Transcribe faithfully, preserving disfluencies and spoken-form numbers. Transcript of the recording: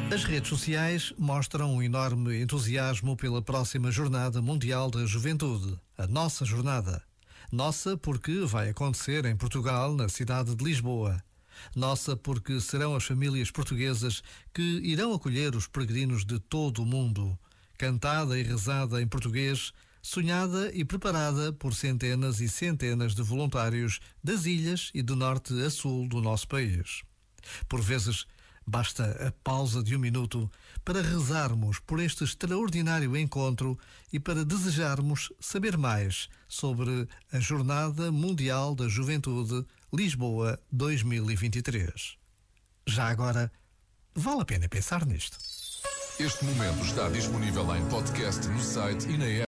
As redes sociais mostram um enorme entusiasmo pela próxima Jornada Mundial da Juventude, a nossa jornada. Nossa porque vai acontecer em Portugal, na cidade de Lisboa. Nossa porque serão as famílias portuguesas que irão acolher os peregrinos de todo o mundo. Cantada e rezada em português, sonhada e preparada por centenas e centenas de voluntários das ilhas e de norte a sul do nosso país. Por vezes, basta a pausa de um minuto para rezarmos por este extraordinário encontro e para desejarmos saber mais sobre a Jornada Mundial da Juventude Lisboa dois mil e vinte e três. Já agora, vale a pena pensar nisto. Este momento está disponível em podcast no site e na app.